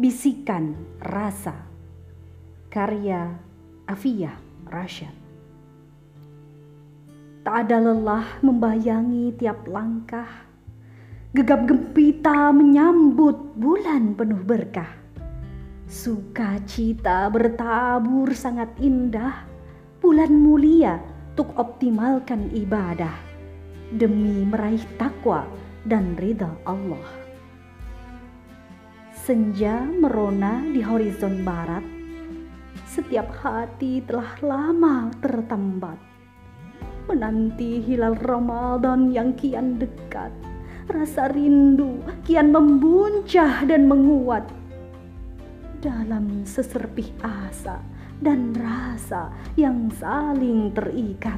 Bisikan Rasa, karya Afiyah Rashad. Tak ada lelah membayangi tiap langkah, gegap gempita menyambut bulan penuh berkah. Sukacita bertabur sangat indah, bulan mulia untuk optimalkan ibadah demi meraih takwa dan ridha Allah. Senja merona di horizon barat, setiap hati telah lama tertambat, menanti hilal Ramadan yang kian dekat. Rasa rindu kian membuncah dan menguat dalam seserpih asa dan rasa yang saling terikat.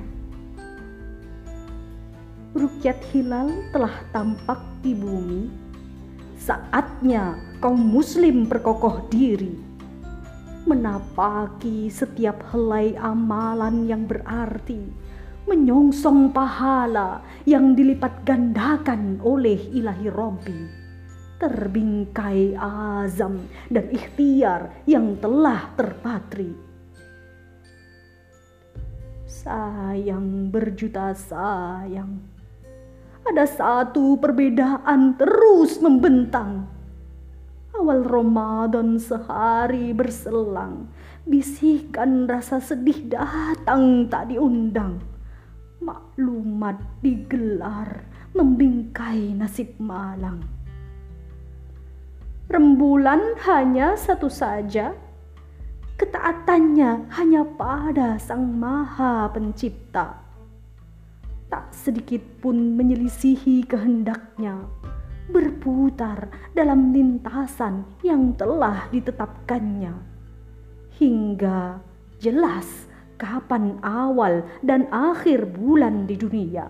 Rukyat hilal telah tampak di bumi, saatnya kaum muslim berkokoh diri, menapaki setiap helai amalan yang berarti, menyongsong pahala yang dilipat gandakan oleh ilahi Rabbi, terbingkai azam dan ikhtiar yang telah terpatri. Sayang berjuta sayang, ada satu perbedaan terus membentang. Awal Ramadan sehari berselang, bisikan rasa sedih datang tak diundang. Maklumat digelar membingkai nasib malang. Rembulan hanya satu saja, ketaatannya hanya pada Sang Maha Pencipta. Tak sedikit pun menyelisihi kehendaknya, berputar dalam lintasan yang telah ditetapkannya, hingga jelas kapan awal dan akhir bulan di dunia.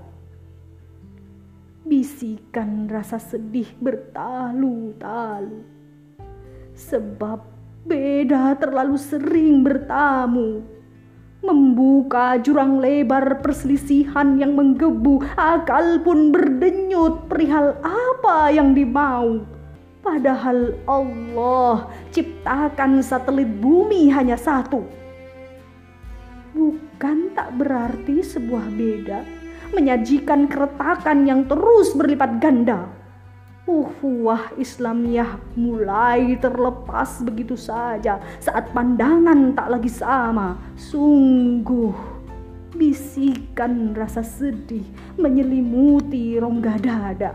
Bisikan rasa sedih bertalu-talu, sebab beda terlalu sering bertamu, membuka jurang lebar perselisihan yang menggebu. Akal pun berdenyut perihal apa yang dimau. Padahal Allah ciptakan satelit bumi hanya satu. Bukan tak berarti sebuah beda menyajikan keretakan yang terus berlipat ganda. Ukhuwah Islamiyah mulai terlepas begitu saja saat pandangan tak lagi sama. Sungguh bisikan rasa sedih menyelimuti rongga dada.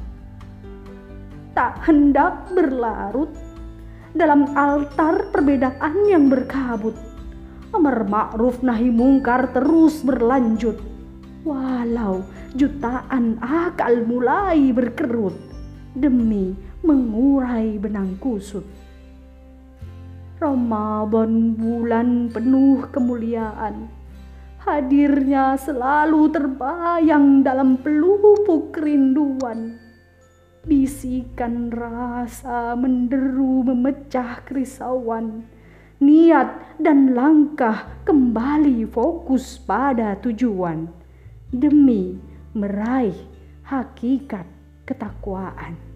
Tak hendak berlarut dalam altar perbedaan yang berkabut, amar ma'ruf nahi mungkar terus berlanjut, walau jutaan akal mulai berkerut demi mengurai benang kusut. Ramadan bulan penuh kemuliaan, hadirnya selalu terbayang dalam pelupuk kerinduan. Bisikan rasa menderu memecah kerisauan, niat dan langkah kembali fokus pada tujuan demi meraih hakikat ketakwaan.